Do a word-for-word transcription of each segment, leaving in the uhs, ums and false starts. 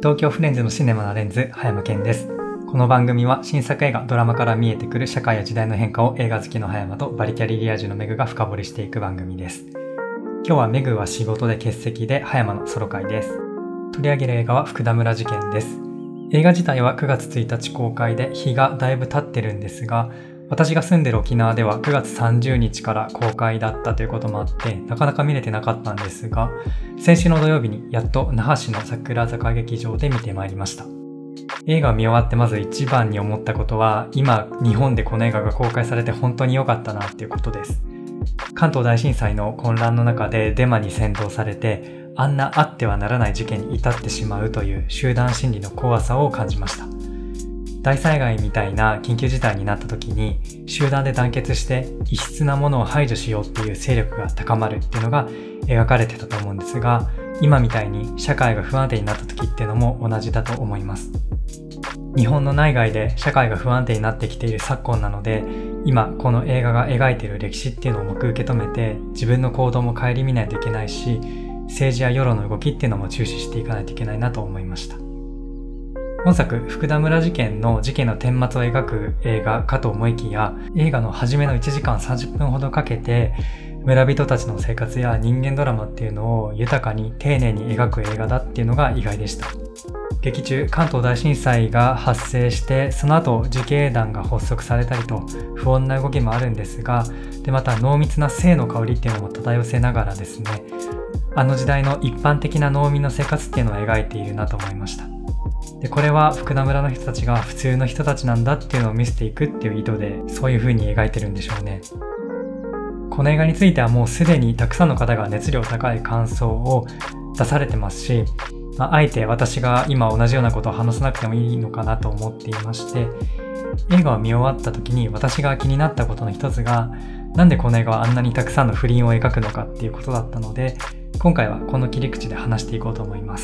東京フレンズのシネマなレンズ、葉山健です。この番組は新作映画、ドラマから見えてくる社会や時代の変化を映画好きの葉山とバリキャリリア充のメグが深掘りしていく番組です。今日はメグは仕事で欠席で葉山のソロ会です。取り上げる映画は福田村事件です。映画自体はくがつついたち公開で日がだいぶ経ってるんですが、私が住んでる沖縄ではくがつさんじゅうにちから公開だったということもあってなかなか見れてなかったんですが、先週の土曜日にやっと那覇市の桜坂劇場で見てまいりました。映画を見終わってまず一番に思ったことは、今日本でこの映画が公開されて本当に良かったなっていうことです。関東大震災の混乱の中でデマに扇動されて、あんなあってはならない事件に至ってしまうという集団心理の怖さを感じました。大災害みたいな緊急事態になった時に集団で団結して異質なものを排除しようっていう勢力が高まるっていうのが描かれてたと思うんですが、今みたいに社会が不安定になった時っていうのも同じだと思います。日本の内外で社会が不安定になってきている昨今なので、今この映画が描いている歴史っていうのを重く受け止めて自分の行動も顧みないといけないし、政治や世論の動きっていうのも注視していかないといけないなと思いました。本作福田村事件の事件の顛末を描く映画かと思いきや、映画の初めのいちじかんさんじゅっぷんほどかけて村人たちの生活や人間ドラマっていうのを豊かに丁寧に描く映画だっていうのが意外でした。劇中関東大震災が発生して、その後自警団が発足されたりと不穏な動きもあるんですが、でまた濃密な生の香りっていうのも漂わせながらですね、あの時代の一般的な農民の生活っていうのを描いているなと思いました。でこれは福田村の人たちが普通の人たちなんだっていうのを見せていくっていう意図でそういう風に描いてるんでしょうね。この映画についてはもうすでにたくさんの方が熱量高い感想を出されてますし、まあ、あえて私が今同じようなことを話さなくてもいいのかなと思っていまして、映画を見終わった時に私が気になったことの一つが、なんでこの映画はあんなにたくさんの不倫を描くのかっていうことだったので、今回はこの切り口で話していこうと思います。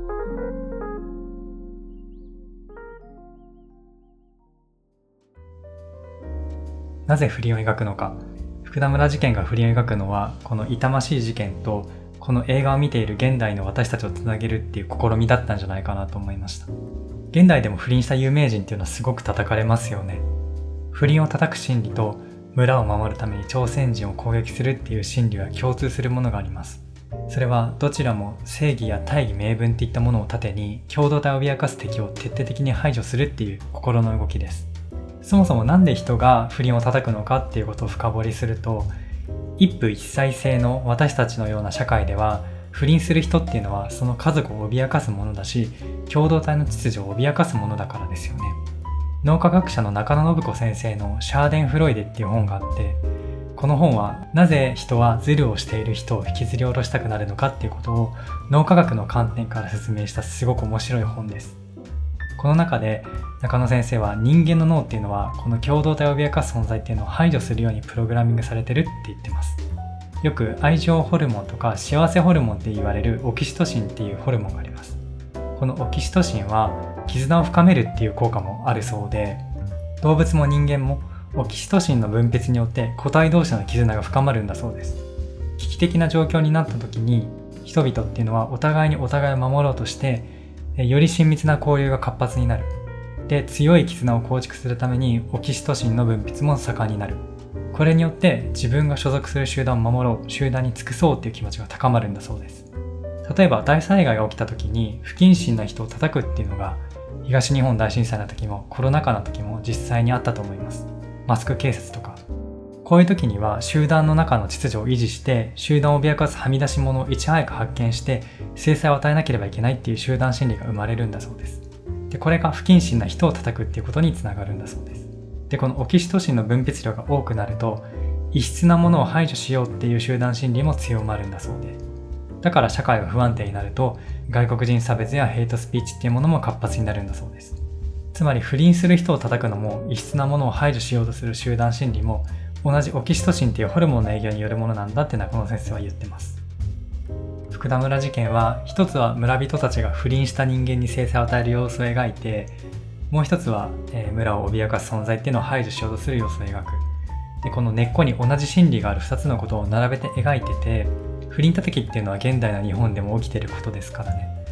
なぜ不倫を描くのか。福田村事件が不倫を描くのは、この痛ましい事件とこの映画を見ている現代の私たちをつなげるっていう試みだったんじゃないかなと思いました。現代でも不倫した有名人っていうのはすごく叩かれますよね。不倫を叩く心理と村を守るために朝鮮人を攻撃するっていう心理は共通するものがあります。それはどちらも正義や大義名分っていったものを盾に共同体を脅かす敵を徹底的に排除するっていう心の動きです。そもそもなんで人が不倫を叩くのかっていうことを深掘りすると、一夫一妻制の私たちのような社会では不倫する人っていうのはその家族を脅かすものだし、共同体の秩序を脅かすものだからですよね。脳科学者の中野信子先生のシャーデンフロイデっていう本があって、この本はなぜ人はズルをしている人を引きずり下ろしたくなるのかっていうことを脳科学の観点から説明したすごく面白い本です。この中で中野先生は、人間の脳っていうのはこの共同体を脅かす存在っていうのを排除するようにプログラミングされてるって言ってます。よく愛情ホルモンとか幸せホルモンって言われるオキシトシンっていうホルモンがあります。このオキシトシンは絆を深めるっていう効果もあるそうで、動物も人間もオキシトシンの分泌によって個体同士の絆が深まるんだそうです。危機的な状況になった時に人々っていうのはお互いにお互いを守ろうとして、より親密な交流が活発になる。で、強い絆を構築するためにオキシトシンの分泌も盛んになる。これによって自分が所属する集団を守ろう、集団に尽くそうっていう気持ちが高まるんだそうです。例えば大災害が起きた時に不謹慎な人を叩くっていうのが東日本大震災の時もコロナ禍の時も実際にあったと思います。マスク警察とか。こういう時には集団の中の秩序を維持して集団を脅かすはみ出し物をいち早く発見して制裁を与えなければいけないっていう集団心理が生まれるんだそうです。で、これが不謹慎な人を叩くっていうことにつながるんだそうです。で、このオキシトシンの分泌量が多くなると異質なものを排除しようっていう集団心理も強まるんだそうで、だから社会が不安定になると外国人差別やヘイトスピーチっていうものも活発になるんだそうです。つまり不倫する人を叩くのも異質なものを排除しようとする集団心理も同じオキシトシンっていうホルモンの影響によるものなんだって中野先生は言ってます。福田村事件は一つは村人たちが不倫した人間に制裁を与える様子を描いて、もう一つは、えー、村を脅かす存在っていうのを排除しようとする様子を描く。で、この根っこに同じ心理があるふたつのことを並べて描いてて、不倫叩きっていうのは現代の日本でも起きていることですからね。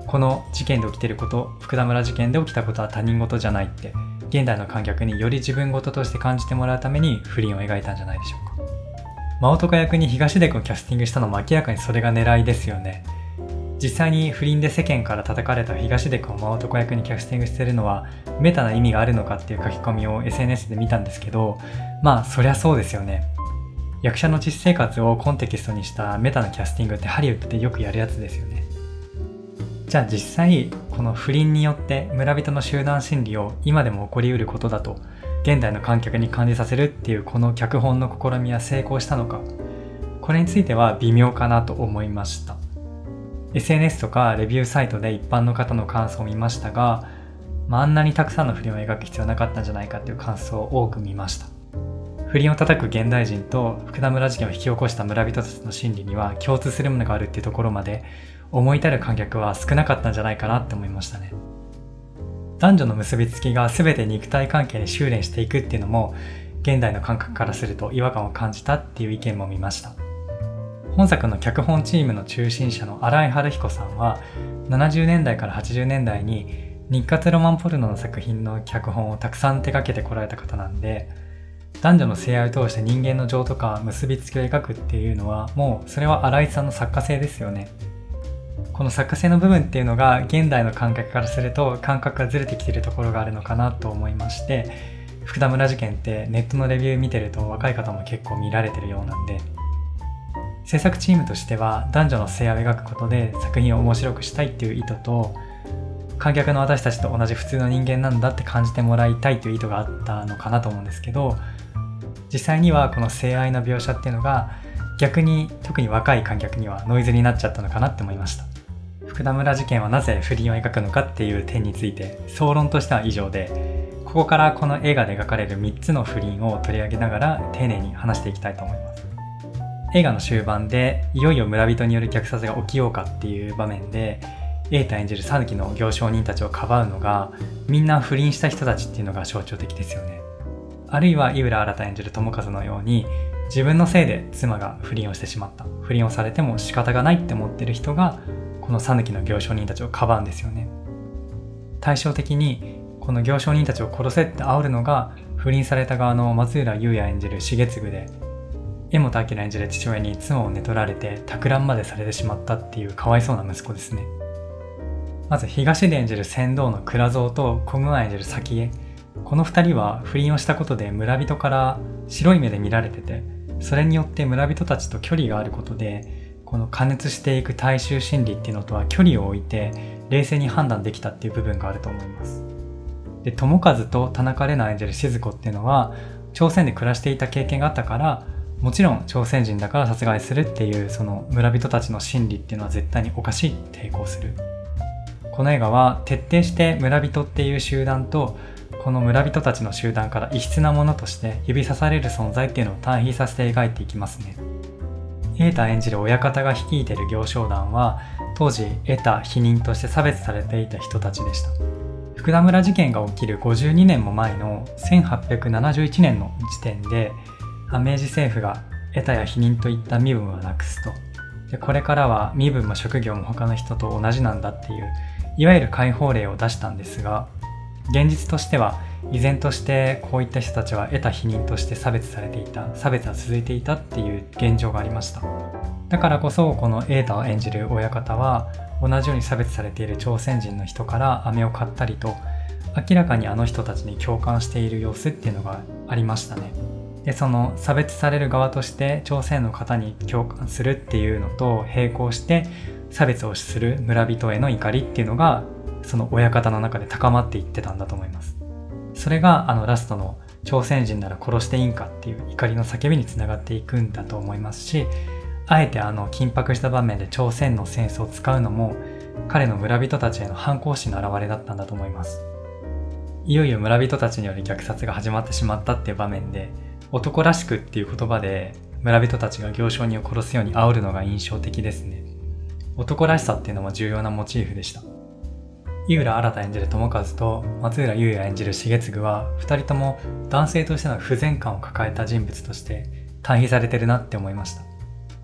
この事件で起きていること、福田村事件で起きたことは他人事じゃないって現代の観客により自分事として感じてもらうために不倫を描いたんじゃないでしょうか。真男役に東出君をキャスティングしたのも明らかにそれが狙いですよね。実際に不倫で世間から叩かれた東出君を真男役にキャスティングしているのはメタな意味があるのかっていう書き込みを エスエヌエス で見たんですけど、まあそりゃそうですよね。役者の実生活をコンテキストにしたメタなキャスティングってハリウッドでよくやるやつですよね。じゃあ実際この不倫によって村人の集団心理を今でも起こりうることだと現代の観客に感じさせるっていうこの脚本の試みは成功したのか、これについては微妙かなと思いました。 エスエヌエス とかレビューサイトで一般の方の感想を見ましたが、まあ、あんなにたくさんの不倫を描く必要はなかったんじゃないかっていう感想を多く見ました。不倫を叩く現代人と福田村事件を引き起こした村人たちの心理には共通するものがあるっていうところまで思い至る観客は少なかったんじゃないかなって思いましたね。男女の結びつきが全て肉体関係に修練していくっていうのも現代の感覚からすると違和感を感じたっていう意見も見ました。本作の脚本チームの中心者の新井晴彦さんはななじゅうねんだいからはちじゅうねんだいに日活ロマンポルノの作品の脚本をたくさん手掛けてこられた方なんで、男女の性愛を通して人間の情とか結びつきを描くっていうのはもうそれは新井さんの作家性ですよね。この作家性の部分っていうのが現代の感覚からすると感覚がずれてきているところがあるのかなと思いまして、福田村事件ってネットのレビュー見てると若い方も結構見られてるようなんで、制作チームとしては男女の性愛を描くことで作品を面白くしたいっていう意図と、観客の私たちと同じ普通の人間なんだって感じてもらいたいという意図があったのかなと思うんですけど、実際にはこの性愛の描写っていうのが逆に特に若い観客にはノイズになっちゃったのかなって思いました。福田村事件はなぜ不倫を描くのかっていう点について総論としては以上で、ここからこの映画で描かれるみっつの不倫を取り上げながら丁寧に話していきたいと思います。映画の終盤でいよいよ村人による虐殺が起きようかっていう場面で瑛太演じる讃岐の行商人たちをかばうのがみんな不倫した人たちっていうのが象徴的ですよね。あるいは井浦新演じる友和のように自分のせいで妻が不倫をしてしまった、不倫をされても仕方がないって思ってる人がこの讃岐の行商人たちをかばうんですよね。対照的にこの行商人たちを殺せって煽るのが不倫された側の松浦雄也演じる重次で、柄本明演じる父親に妻を寝取られて托卵までされてしまったっていうかわいそうな息子ですね。まず東出演じる船頭の倉蔵と小久演じる早紀江、この二人は不倫をしたことで村人から白い目で見られてて、それによって村人たちと距離があることでこの過熱していく大衆心理っていうのとは距離を置いて冷静に判断できたっていう部分があると思います。で、友和と田中玲奈演じる静子っていうのは朝鮮で暮らしていた経験があったから、もちろん朝鮮人だから殺害するっていうその村人たちの心理っていうのは絶対におかしいって抵抗する。この映画は徹底して村人っていう集団とこの村人たちの集団から異質なものとして指さされる存在っていうのを対比させて描いていきますね。瑛太演じる親方が率いている行商団は当時得た否認として差別されていた人たちでした。福田村事件が起きるごじゅうにねんも前のせんはっぴゃくななじゅういちねんの時点で明治政府が得たや否認といった身分はなくすと。で、これからは身分も職業も他の人と同じなんだっていういわゆる解放令を出したんですが、現実としては依然としてこういった人たちは得た否認として差別されていた、差別は続いていたっていう現状がありました。だからこそこの瑛太を演じる親方は同じように差別されている朝鮮人の人から飴を買ったりと、明らかにあの人たちに共感している様子っていうのがありましたね。で、その差別される側として朝鮮の方に共感するっていうのと並行して差別をする村人への怒りっていうのがその親方の中で高まっていってたんだと思います。それがあのラストの朝鮮人なら殺していいんかっていう怒りの叫びにつながっていくんだと思いますし、あえてあの緊迫した場面で朝鮮の戦争を使うのも彼の村人たちへの反抗心の表れだったんだと思います。いよいよ村人たちによる虐殺が始まってしまったっていう場面で、男らしくっていう言葉で村人たちが行商人を殺すように煽るのが印象的ですね。男らしさっていうのも重要なモチーフでした。井浦新演じる友和と松浦雄也演じる重次は二人とも男性としての不全感を抱えた人物として対比されてるなって思いました。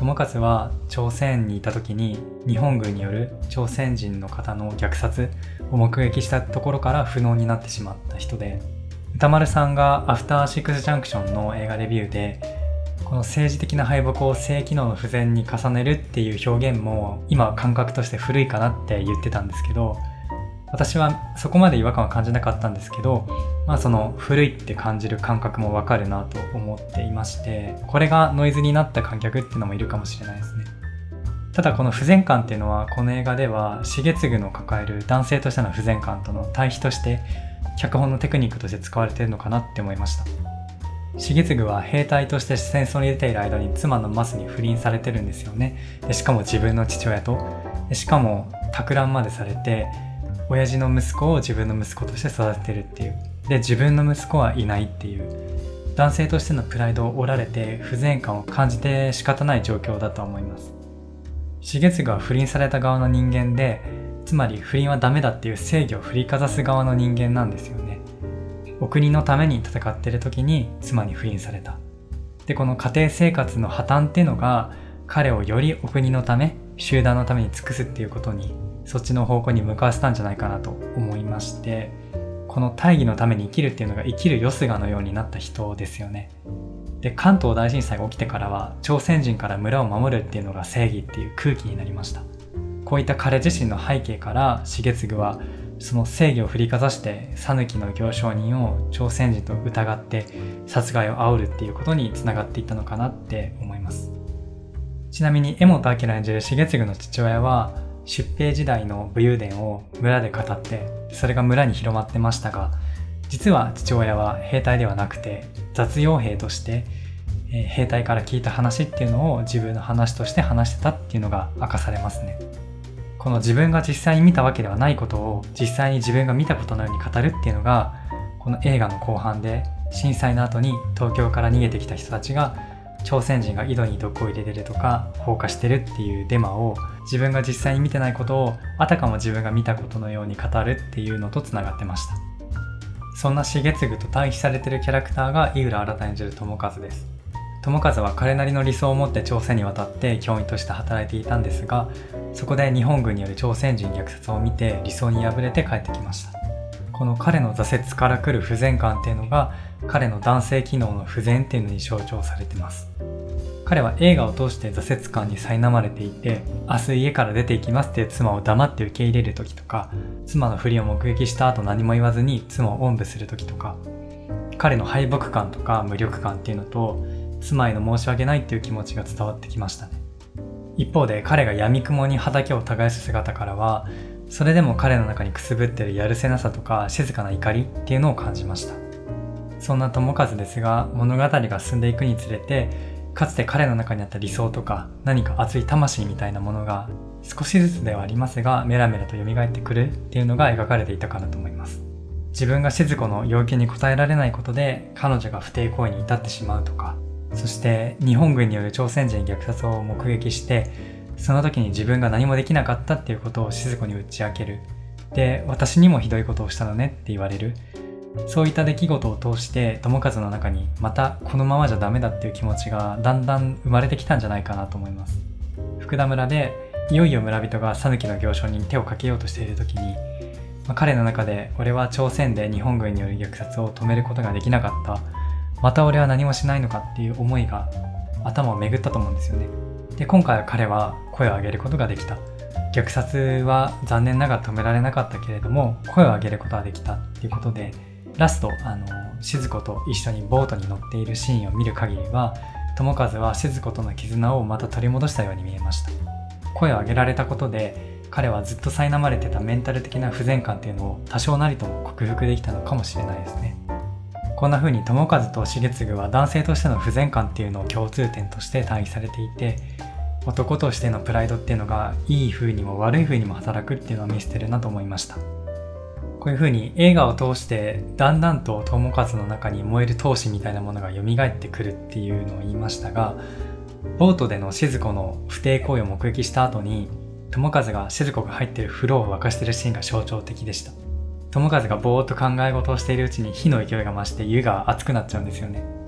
友和は朝鮮にいた時に日本軍による朝鮮人の方の虐殺を目撃したところから不能になってしまった人で、歌丸さんがアフターシックスジャンクションの映画レビューでこの政治的な敗北を性機能の不全に重ねるっていう表現も今は感覚として古いかなって言ってたんですけど、私はそこまで違和感は感じなかったんですけど、まあその古いって感じる感覚もわかるなと思っていまして、これがノイズになった観客っていうのもいるかもしれないですね。ただこの不全感っていうのはこの映画では重次の抱える男性としての不全感との対比として脚本のテクニックとして使われているのかなって思いました。重次は兵隊として戦争に出ている間に妻のマスに不倫されてるんですよね。でしかも自分の父親と、でしかも托卵までされて、親父の息子を自分の息子として育ててるっていう。で、自分の息子はいないっていう。男性としてのプライドを折られて不全感を感じて仕方ない状況だと思います。重次は不倫された側の人間で、つまり不倫はダメだっていう正義を振りかざす側の人間なんですよね。お国のために戦っている時に妻に不倫された。で、この家庭生活の破綻っていうのが彼をよりお国のため、集団のために尽くすっていうことに、そっちの方向に向かわせたんじゃないかなと思いまして、この大義のために生きるっていうのが生きるよすがのようになった人ですよね。で、関東大震災が起きてからは朝鮮人から村を守るっていうのが正義っていう空気になりました。こういった彼自身の背景から重次はその正義を振りかざして讃岐の行商人を朝鮮人と疑って殺害を煽るっていうことにつながっていったのかなって思います。ちなみに柄本明演じる重次の父親は出兵時代の武勇伝を村で語って、それが村に広まってましたが、実は父親は兵隊ではなくて雑用兵として兵隊から聞いた話っていうのを自分の話として話してたっていうのが明かされますね。この自分が実際に見たわけではないことを実際に自分が見たことのように語るっていうのが、この映画の後半で震災の後に東京から逃げてきた人たちが朝鮮人が井戸に毒を入れてるとか放火してるっていうデマを自分が実際に見てないことをあたかも自分が見たことのように語るっていうのとつながってました。そんな重次と対比されてるキャラクターが井浦新演じる友和です。友和は彼なりの理想を持って朝鮮に渡って教員として働いていたんですが、そこで日本軍による朝鮮人虐殺を見て理想に敗れて帰ってきました。この彼の挫折から来る不全感っていうのが彼の男性機能の不全っていうのに象徴されています。彼は映画を通して挫折感に苛まれていて、明日家から出て行きますって妻を黙って受け入れる時とか、妻の不倫を目撃した後何も言わずに妻をおんぶする時とか、彼の敗北感とか無力感っていうのと妻への申し訳ないっていう気持ちが伝わってきましたね。一方で彼が闇雲に畑を耕す姿からは、それでも彼の中にくすぶってるやるせなさとか静かな怒りっていうのを感じました。そんな友和ですが、物語が進んでいくにつれて、かつて彼の中にあった理想とか何か熱い魂みたいなものが少しずつではありますがメラメラと蘇ってくるっていうのが描かれていたかなと思います。自分が静子の要求に応えられないことで彼女が不貞行為に至ってしまうとか、そして日本軍による朝鮮人虐殺を目撃してその時に自分が何もできなかったっていうことを静子に打ち明ける。で、私にもひどいことをしたのねって言われる。そういった出来事を通して友和の中にまたこのままじゃダメだっていう気持ちがだんだん生まれてきたんじゃないかなと思います。福田村でいよいよ村人が讃岐の行商に手をかけようとしている時に、まあ、彼の中で俺は朝鮮で日本軍による虐殺を止めることができなかった、また俺は何もしないのかっていう思いが頭を巡ったと思うんですよね。で、今回は彼は声を上げることができた。虐殺は残念ながら止められなかったけれども声を上げることができたっていうことで、ラストあの静子と一緒にボートに乗っているシーンを見る限りは友和は静子との絆をまた取り戻したように見えました。声を上げられたことで彼はずっと苛まれてたメンタル的な不全感っていうのを多少なりとも克服できたのかもしれないですね。こんな風に友和と重次は男性としての不全感っていうのを共通点として対比されていて、男としてのプライドっていうのがいい風にも悪い風にも働くっていうのを見せてるなと思いました。こういう風に映画を通してだんだんと友和の中に燃える闘志みたいなものが蘇ってくるっていうのを言いましたが、ボートでの静子の不貞行為を目撃した後に友和が静子が入っている風呂を沸かしているシーンが象徴的でした。友和がぼーっと考え事をしているうちに火の勢いが増して湯が熱くなっちゃうんですよね。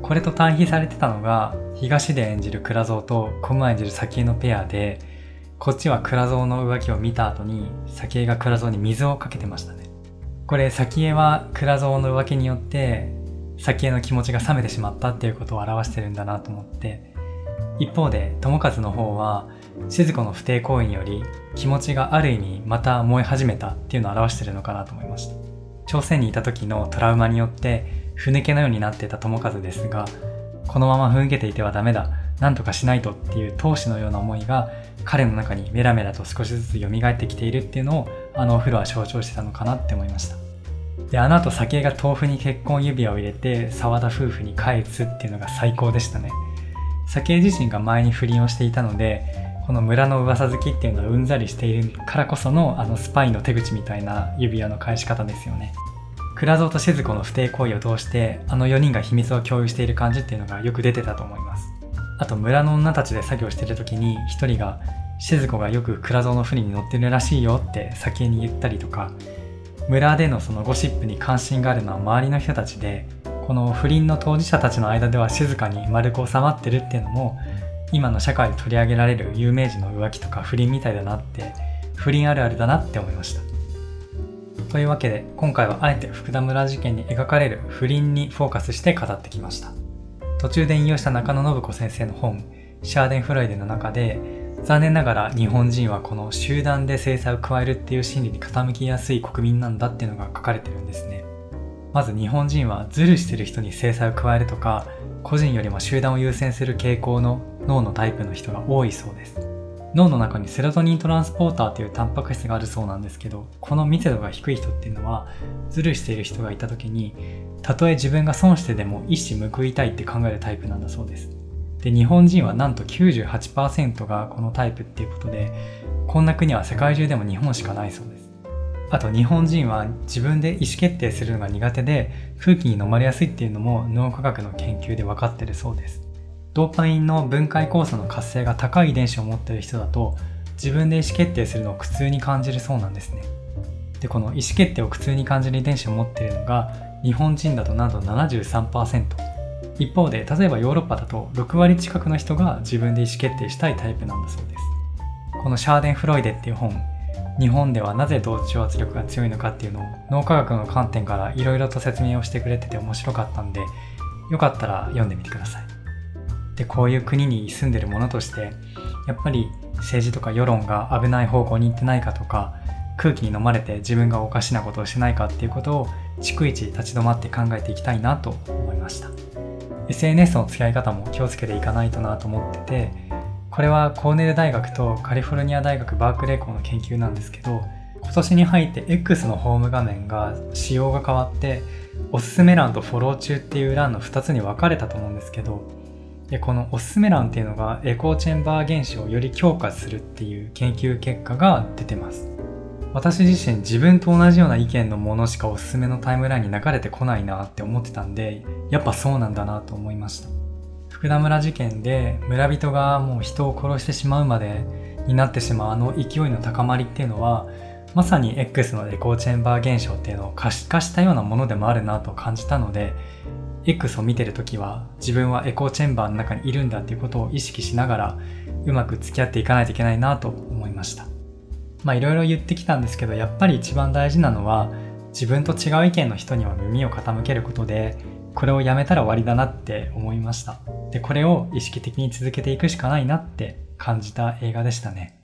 これと対比されてたのが東で演じる倉蔵とコムア演じるサキエのペアで、こっちは倉蔵の浮気を見た後にサキエが倉蔵に水をかけてましたね。これサキエは倉蔵の浮気によってサキエの気持ちが冷めてしまったっていうことを表してるんだなと思って、一方で友和の方は静子の不貞行為により気持ちがある意味また燃え始めたっていうのを表してるのかなと思いました。朝鮮にいた時のトラウマによってふぬけのようになっていた友和ですが、このままふぬけていてはダメだ、なんとかしないとっていう闘志のような思いが彼の中にメラメラと少しずつ蘇ってきているっていうのをあのお風呂は象徴してたのかなって思いました。で、あの後サキエが豆腐に結婚指輪を入れて沢田夫婦に返すっていうのが最高でしたね。サキエ自身が前に不倫をしていたので、この村の噂好きっていうのはうんざりしているからこそのあのスパイの手口みたいな指輪の返し方ですよね。倉蔵と静子の不貞行為を通してあのよにんが秘密を共有している感じっていうのがよく出てたと思います。あと村の女たちで作業している時に一人が静子がよく倉蔵の船に乗ってるらしいよってサキエに言ったりとか、村でのそのゴシップに関心があるのは周りの人たちで、この不倫の当事者たちの間では静かに丸く収まってるっていうのも今の社会で取り上げられる有名人の浮気とか不倫みたいだなって、不倫あるあるだなって思いました。というわけで今回はあえて福田村事件に描かれる不倫にフォーカスして語ってきました。途中で引用した中野信子先生の本シャーデンフロイデの中で、残念ながら日本人はこの集団で制裁を加えるっていう心理に傾きやすい国民なんだっていうのが書かれてるんですね。まず日本人はズルしてる人に制裁を加えるとか、個人よりも集団を優先する傾向の脳のタイプの人が多いそうです。脳の中にセロトニントランスポーターというタンパク質があるそうなんですけど、この密度が低い人っていうのはズルしている人がいた時に、たとえ自分が損してでも一矢報いたいって考えるタイプなんだそうです。で、日本人はなんと きゅうじゅうはちパーセント がこのタイプっていうことで、こんな国は世界中でも日本しかないそうです。あと日本人は自分で意思決定するのが苦手で空気に飲まれやすいっていうのも脳科学の研究で分かってるそうです。ドーパミンの分解酵素の活性が高い遺伝子を持っている人だと自分で意思決定するのを苦痛に感じるそうなんですね。で、この意思決定を苦痛に感じる遺伝子を持っているのが日本人だとなんと ななじゅうさんパーセント。一方で例えばヨーロッパだとろくわり近くの人が自分で意思決定したいタイプなんだそうです。このシャーデンフロイデっていう本、日本ではなぜ同調圧力が強いのかっていうのを脳科学の観点からいろいろと説明をしてくれてて面白かったんで、よかったら読んでみてください。で、こういう国に住んでる者としてやっぱり政治とか世論が危ない方向に行ってないかとか、空気に飲まれて自分がおかしなことをしないかっていうことを逐一立ち止まって考えていきたいなと思いました。 エスエヌエス の付き合い方も気をつけていかないとなと思ってて、これはコーネル大学とカリフォルニア大学バークレー校の研究なんですけど、今年に入って X のホーム画面が仕様が変わっておすすめ欄とフォロー中っていう欄のふたつに分かれたと思うんですけど、でこのおすすめ欄っていうのがエコーチェンバー現象をより強化するっていう研究結果が出てます。私自身自分と同じような意見のものしかおすすめのタイムラインに流れてこないなって思ってたんで、やっぱそうなんだなと思いました。福田村事件で村人がもう人を殺してしまうまでになってしまうあの勢いの高まりっていうのは、まさに X のエコーチェンバー現象っていうのを可視化したようなものでもあるなと感じたので、 X を見てるときは自分はエコーチェンバーの中にいるんだっていうことを意識しながらうまく付き合っていかないといけないなと思いました。まあいろいろ言ってきたんですけど、やっぱり一番大事なのは自分と違う意見の人には耳を傾けることで、これをやめたら終わりだなって思いました。で、これを意識的に続けていくしかないなって感じた映画でしたね。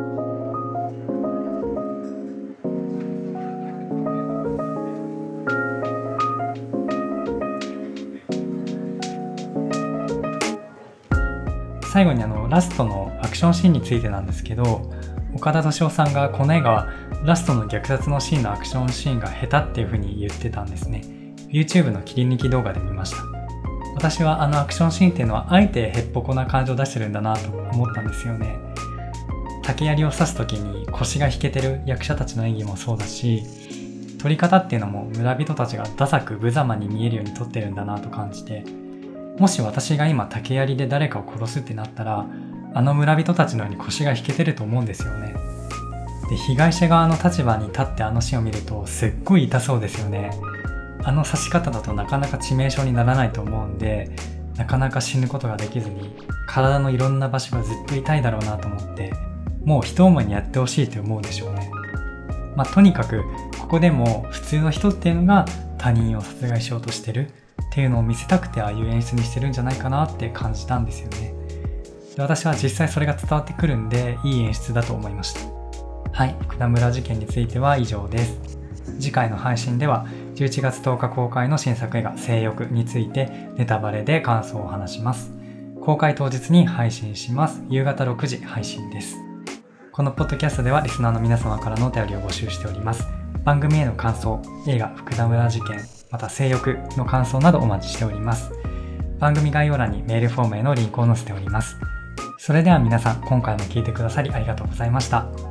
最後にあのラストのアクションシーンについてなんですけど、岡田斗司夫さんがこの映画はラストの虐殺のシーンのアクションシーンが下手っていう風に言ってたんですね。 YouTube の切り抜き動画で見ました。私はあのアクションシーンっていうのはあえてへっぽこな感情を出してるんだなと思ったんですよね。竹槍を刺す時に腰が引けてる役者たちの演技もそうだし、撮り方っていうのも村人たちがダサく無様に見えるように撮ってるんだなと感じて、もし私が今竹槍で誰かを殺すってなったら、あの村人たちのように腰が引けてると思うんですよね。で、被害者側の立場に立ってあのシーンを見るとすっごい痛そうですよね。 あの刺し方だとなかなか致命傷にならないと思うんで、なかなか死ぬことができずに体のいろんな場所がずっと痛いだろうなと思って、もう一思いにやってほしいって思うでしょうね。まあとにかくここでも普通の人っていうのが他人を殺害しようとしてるっていうのを見せたくて、ああいう演出にしてるんじゃないかなって感じたんですよね。で、私は実際それが伝わってくるんで、いい演出だと思いました。はい、福田村事件については以上です。次回の配信ではじゅういちがつとおか公開の新作映画性欲についてネタバレで感想を話します。公開当日に配信します。夕方ろくじ配信です。このポッドキャストではリスナーの皆様からのお便りを募集しております。番組への感想、映画福田村事件、また性欲の感想などお待ちしております。番組概要欄にメールフォームへのリンクを載せております。それでは皆さん、今回も聞いてくださりありがとうございました。